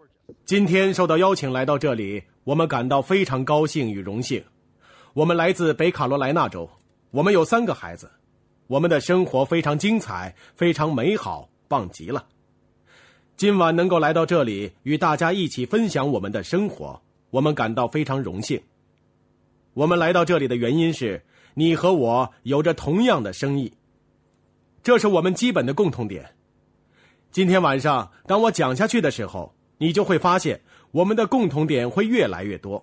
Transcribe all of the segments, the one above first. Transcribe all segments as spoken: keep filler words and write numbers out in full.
今天受到邀请来到这里，我们感到非常高兴与荣幸。我们来自北卡罗来纳州，我们有三个孩子，我们的生活非常精彩，非常美好，棒极了。今晚能够来到这里与大家一起分享我们的生活，我们感到非常荣幸。我们来到这里的原因是，你和我有着同样的生意，这是我们基本的共同点。今天晚上当我讲下去的时候，你就会发现我们的共同点会越来越多。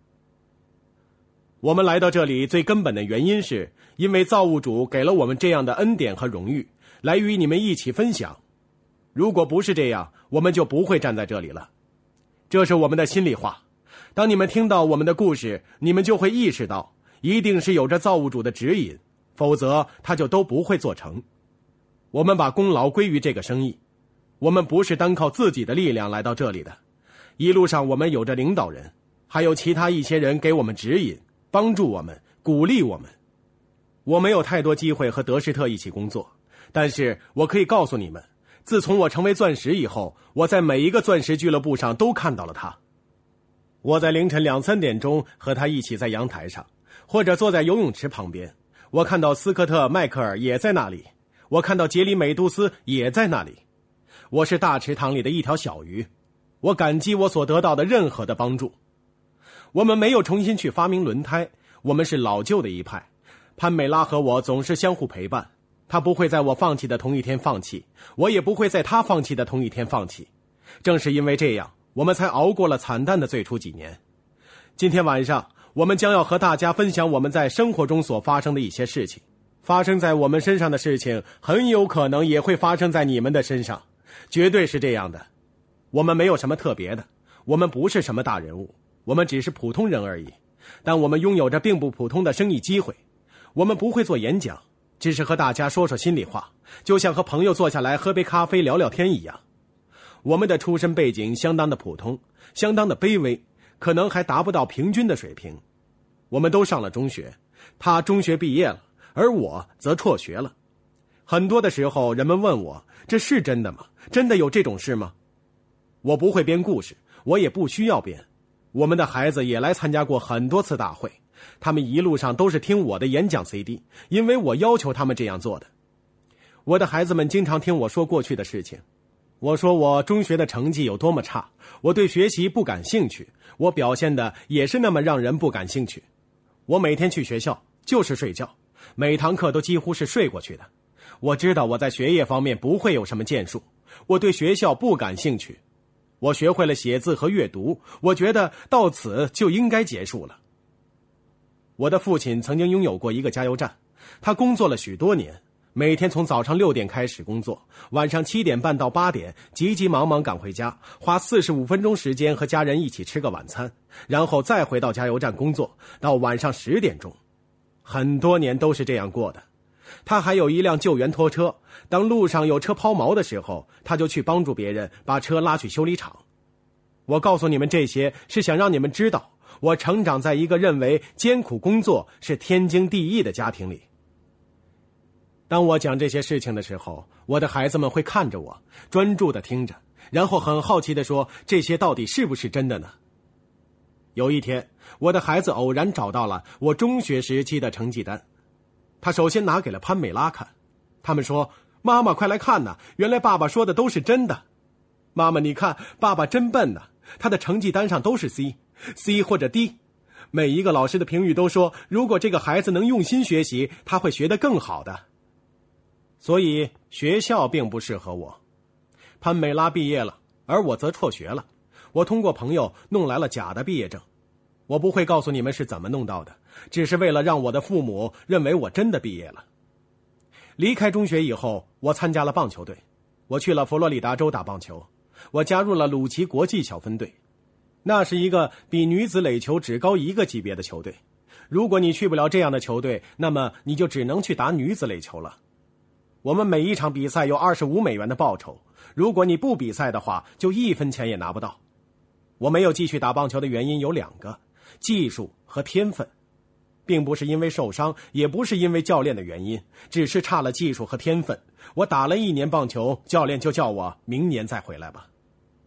我们来到这里最根本的原因是因为造物主给了我们这样的恩典和荣誉，来与你们一起分享。如果不是这样，我们就不会站在这里了。这是我们的心里话。当你们听到我们的故事，你们就会意识到一定是有着造物主的指引，否则他就都不会做成。我们把功劳归于这个生意，我们不是单靠自己的力量来到这里的。一路上我们有着领导人，还有其他一些人给我们指引，帮助我们，鼓励我们。我没有太多机会和德士特一起工作，但是我可以告诉你们，自从我成为钻石以后，我在每一个钻石俱乐部上都看到了他。我在凌晨两三点钟和他一起在阳台上，或者坐在游泳池旁边。我看到斯科特·迈克尔也在那里，我看到杰里·美杜斯也在那里。我是大池塘里的一条小鱼，我感激我所得到的任何的帮助。我们没有重新去发明轮胎，我们是老旧的一派。潘美拉和我总是相互陪伴，她不会在我放弃的同一天放弃，我也不会在她放弃的同一天放弃。正是因为这样，我们才熬过了惨淡的最初几年。今天晚上，我们将要和大家分享我们在生活中所发生的一些事情。发生在我们身上的事情，很有可能也会发生在你们的身上，绝对是这样的。我们没有什么特别的，我们不是什么大人物，我们只是普通人而已。但我们拥有着并不普通的生意机会。我们不会做演讲，只是和大家说说心里话，就像和朋友坐下来喝杯咖啡聊聊天一样。我们的出身背景相当的普通，相当的卑微，可能还达不到平均的水平。我们都上了中学，他中学毕业了，而我则辍学了。很多的时候人们问我，这是真的吗？真的有这种事吗？我不会编故事，我也不需要编。我们的孩子也来参加过很多次大会，他们一路上都是听我的演讲 C D， 因为我要求他们这样做的。我的孩子们经常听我说过去的事情，我说我中学的成绩有多么差，我对学习不感兴趣，我表现的也是那么让人不感兴趣。我每天去学校就是睡觉，每堂课都几乎是睡过去的。我知道我在学业方面不会有什么建树，我对学校不感兴趣。我学会了写字和阅读，我觉得到此就应该结束了。我的父亲曾经拥有过一个加油站，他工作了许多年，每天从早上六点开始工作，晚上七点半到八点急急忙忙赶回家，花四十五分钟时间和家人一起吃个晚餐，然后再回到加油站工作，到晚上十点钟。很多年都是这样过的。他还有一辆救援拖车，当路上有车抛锚的时候，他就去帮助别人把车拉去修理厂。我告诉你们这些，是想让你们知道，我成长在一个认为艰苦工作是天经地义的家庭里。当我讲这些事情的时候，我的孩子们会看着我，专注地听着，然后很好奇地说，这些到底是不是真的呢？有一天，我的孩子偶然找到了我中学时期的成绩单，他首先拿给了潘美拉看，他们说，妈妈快来看呐，原来爸爸说的都是真的。妈妈你看，爸爸真笨呐，他的成绩单上都是 C C 或者 D， 每一个老师的评语都说，如果这个孩子能用心学习，他会学得更好的。所以学校并不适合我。潘美拉毕业了，而我则辍学了。我通过朋友弄来了假的毕业证，我不会告诉你们是怎么弄到的，只是为了让我的父母认为我真的毕业了。离开中学以后，我参加了棒球队，我去了佛罗里达州打棒球，我加入了鲁奇国际小分队，那是一个比女子垒球只高一个级别的球队。如果你去不了这样的球队，那么你就只能去打女子垒球了。我们每一场比赛有二十五美元的报酬，如果你不比赛的话，就一分钱也拿不到。我没有继续打棒球的原因有两个，技术和天分，并不是因为受伤，也不是因为教练的原因，只是差了技术和天分。我打了一年棒球，教练就叫我明年再回来吧。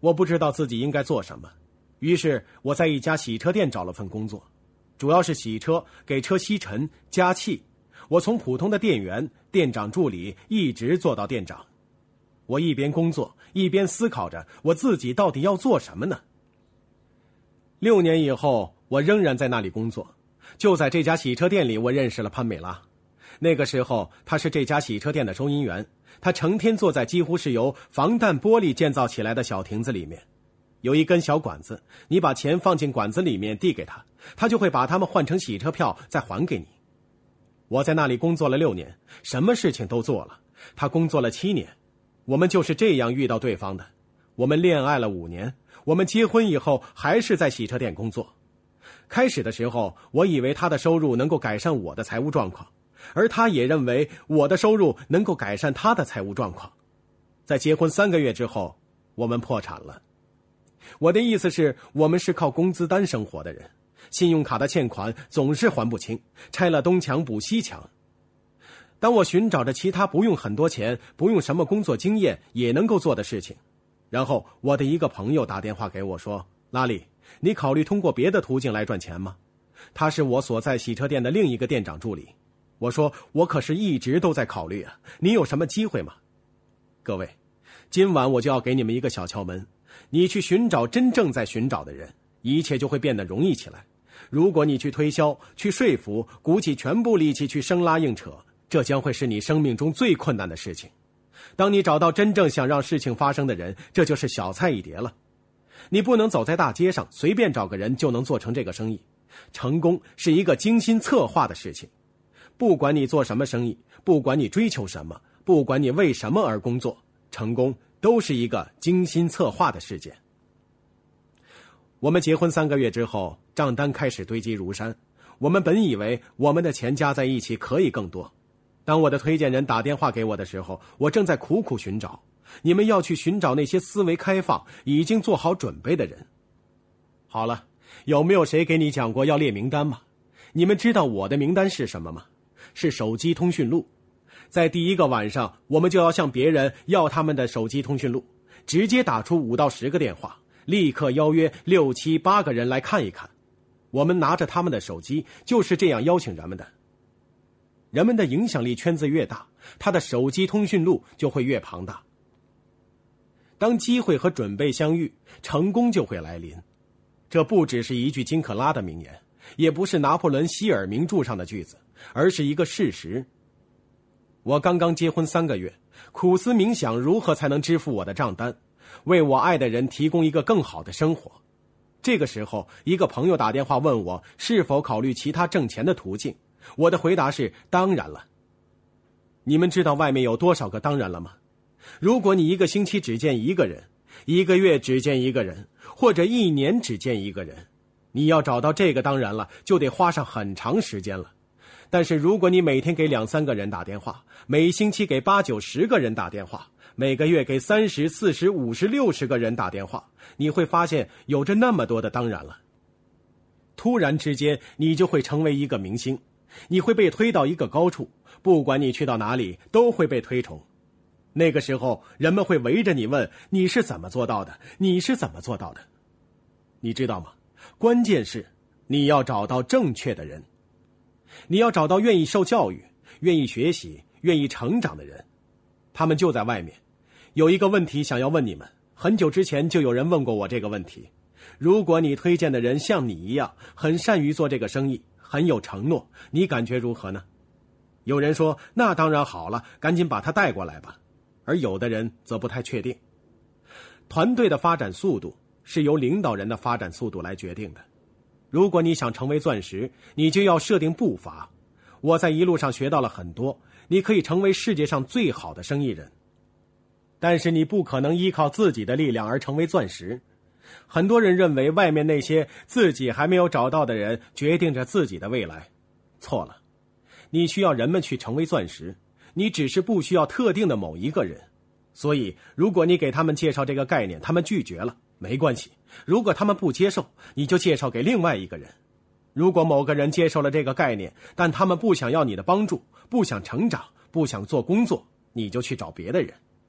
我不知道自己应该做什么，于是我在一家洗车店找了份工作，主要是洗车，给车吸尘、加气。我从普通的店员、店长助理一直做到店长。我一边工作，一边思考着我自己到底要做什么呢？六年以后，我仍然在那里工作。就在这家洗车店里，我认识了潘美拉。那个时候，她是这家洗车店的收银员。她成天坐在几乎是由防弹玻璃建造起来的小亭子里面，有一根小管子，你把钱放进管子里面递给她，她就会把它们换成洗车票再还给你。我在那里工作了六年，什么事情都做了。她工作了七年，我们就是这样遇到对方的。我们恋爱了五年，我们结婚以后还是在洗车店工作。开始的时候，我以为她的收入能够改善我的财务状况，而她也认为我的收入能够改善她的财务状况。在结婚三个月之后，我们破产了。我的意思是，我们是靠工资单生活的人，信用卡的欠款总是还不清，拆了东墙补西墙。当我寻找着其他不用很多钱，不用什么工作经验也能够做的事情，然后我的一个朋友打电话给我说，拉里，你考虑通过别的途径来赚钱吗？他是我所在洗车店的另一个店长助理。我说，我可是一直都在考虑啊，你有什么机会吗？各位，今晚我就要给你们一个小窍门，你去寻找真正在寻找的人，一切就会变得容易起来。如果你去推销、去说服，鼓起全部力气去生拉硬扯，这将会是你生命中最困难的事情。当你找到真正想让事情发生的人，这就是小菜一碟了。你不能走在大街上随便找个人就能做成这个生意，成功是一个精心策划的事情。不管你做什么生意，不管你追求什么，不管你为什么而工作，成功都是一个精心策划的事件。我们结婚三个月之后，账单开始堆积如山。我们本以为我们的钱加在一起可以更多。当我的推荐人打电话给我的时候，我正在苦苦寻找。你们要去寻找那些思维开放、已经做好准备的人。好了，有没有谁给你讲过要列名单吗？你们知道我的名单是什么吗？是手机通讯录。在第一个晚上，我们就要向别人要他们的手机通讯录，直接打出五到十个电话，立刻邀约六七八个人来看一看。我们拿着他们的手机，就是这样邀请人们的。人们的影响力圈子越大，他的手机通讯录就会越庞大。当机会和准备相遇，成功就会来临。这不只是一句金克拉的名言，也不是拿破仑希尔名著上的句子，而是一个事实。我刚刚结婚三个月，苦思冥想如何才能支付我的账单，为我爱的人提供一个更好的生活。这个时候，一个朋友打电话问我是否考虑其他挣钱的途径，我的回答是当然了。你们知道外面有多少个当然了吗？如果你一个星期只见一个人，一个月只见一个人，或者一年只见一个人，你要找到这个当然了，就得花上很长时间了。但是如果你每天给两三个人打电话，每星期给八九十个人打电话，每个月给三十、四十、五十、六十个人打电话，你会发现有着那么多的当然了。突然之间，你就会成为一个明星，你会被推到一个高处，不管你去到哪里，都会被推崇。那个时候，人们会围着你问你是怎么做到的，你是怎么做到的。你知道吗？关键是你要找到正确的人，你要找到愿意受教育、愿意学习、愿意成长的人。他们就在外面。有一个问题想要问你们，很久之前就有人问过我这个问题。如果你推荐的人像你一样很善于做这个生意，很有承诺，你感觉如何呢？有人说那当然好了，赶紧把他带过来吧。而有的人则不太确定。团队的发展速度是由领导人的发展速度来决定的。如果你想成为钻石，你就要设定步伐。我在一路上学到了很多，你可以成为世界上最好的生意人。但是你不可能依靠自己的力量而成为钻石。很多人认为外面那些自己还没有找到的人决定着自己的未来。错了，你需要人们去成为钻石，你只是不需要特定的某一个人。所以如果你给他们介绍这个概念，他们拒绝了，没关系。如果他们不接受，你就介绍给另外一个人。如果某个人接受了这个概念，但他们不想要你的帮助，不想成长，不想做工作，你就去找别的人。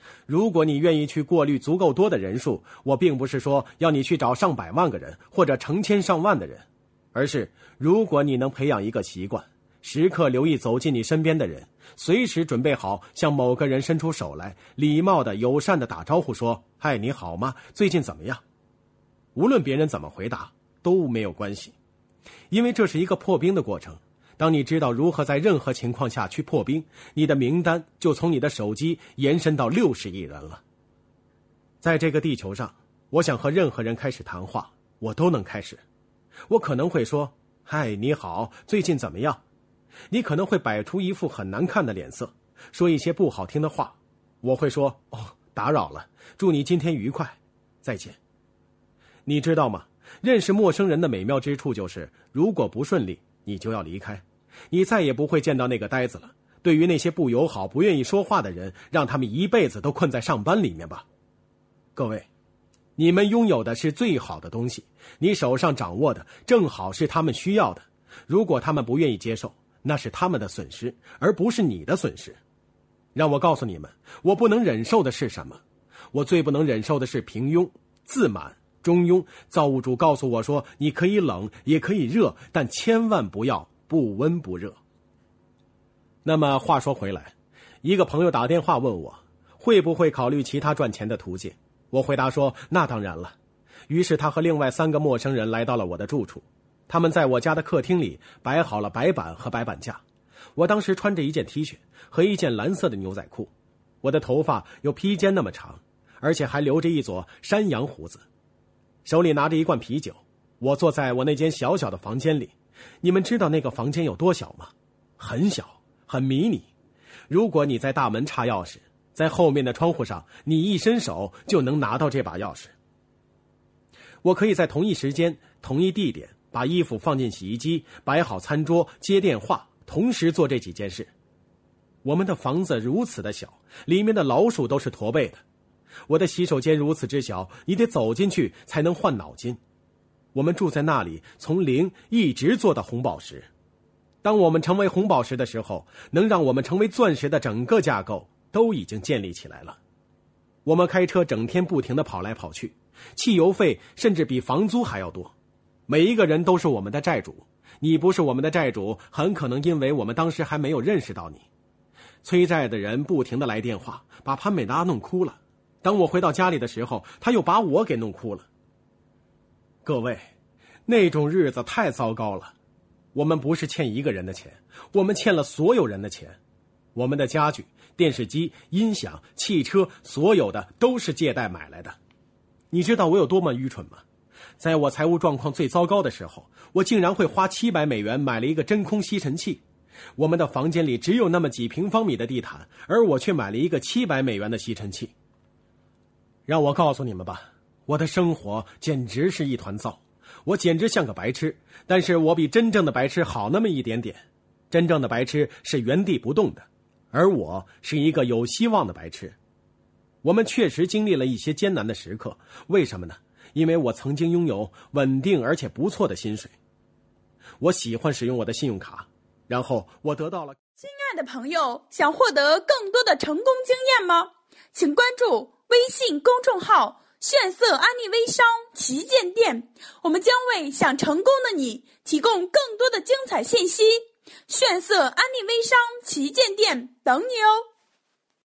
如果你愿意去过滤足够多的人数，我并不是说要你去找上百万个人或者成千上万的人，而是如果你能培养一个习惯，时刻留意走进你身边的人，随时准备好向某个人伸出手来，礼貌的友善的打招呼说，嗨，你好吗？最近怎么样？无论别人怎么回答都没有关系，因为这是一个破冰的过程。当你知道如何在任何情况下去破冰，你的名单就从你的手机延伸到六十亿人了。在这个地球上，我想和任何人开始谈话，我都能开始。我可能会说，嗨，你好，最近怎么样？你可能会摆出一副很难看的脸色，说一些不好听的话。我会说，哦，打扰了，祝你今天愉快，再见。你知道吗？认识陌生人的美妙之处就是，如果不顺利，你就要离开，你再也不会见到那个呆子了。对于那些不友好、不愿意说话的人，让他们一辈子都困在上班里面吧。各位，你们拥有的是最好的东西，你手上掌握的正好是他们需要的。如果他们不愿意接受，那是他们的损失，而不是你的损失。让我告诉你们，我不能忍受的是什么？我最不能忍受的是平庸、自满、中庸。造物主告诉我说，你可以冷也可以热，但千万不要不温不热。那么话说回来，一个朋友打电话问我会不会考虑其他赚钱的途径，我回答说那当然了。于是他和另外三个陌生人来到了我的住处，他们在我家的客厅里摆好了白板和白板架。我当时穿着一件 T 恤和一件蓝色的牛仔裤，我的头发有披肩那么长，而且还留着一撮山羊胡子，手里拿着一罐啤酒。我坐在我那间小小的房间里，你们知道那个房间有多小吗？很小，很迷你。如果你在大门插钥匙，在后面的窗户上，你一伸手就能拿到这把钥匙。我可以在同一时间、同一地点把衣服放进洗衣机，摆好餐桌，接电话，同时做这几件事。我们的房子如此的小，里面的老鼠都是驼背的。我的洗手间如此之小，你得走进去才能换脑筋。我们住在那里，从零一直做到红宝石。当我们成为红宝石的时候，能让我们成为钻石的整个架构都已经建立起来了。我们开车整天不停地跑来跑去，汽油费甚至比房租还要多。每一个人都是我们的债主，你不是我们的债主，很可能因为我们当时还没有认识到你。催债的人不停地来电话，把潘美达弄哭了。当我回到家里的时候，他又把我给弄哭了。各位，那种日子太糟糕了。我们不是欠一个人的钱，我们欠了所有人的钱。我们的家具、电视机、音响、汽车，所有的都是借贷买来的。你知道我有多么愚蠢吗？在我财务状况最糟糕的时候，我竟然会花七百美元买了一个真空吸尘器。我们的房间里只有那么几平方米的地毯，而我却买了一个七百美元的吸尘器。让我告诉你们吧，我的生活简直是一团糟，我简直像个白痴，但是我比真正的白痴好那么一点点。真正的白痴是原地不动的，而我是一个有希望的白痴。我们确实经历了一些艰难的时刻，为什么呢？因为我曾经拥有稳定而且不错的薪水。我喜欢使用我的信用卡，然后我得到了。 亲爱的朋友，想获得更多的成功经验吗？请关注微信公众号炫色安利微商旗舰店，我们将为想成功的你提供更多的精彩信息。炫色安利微商旗舰店等你哦。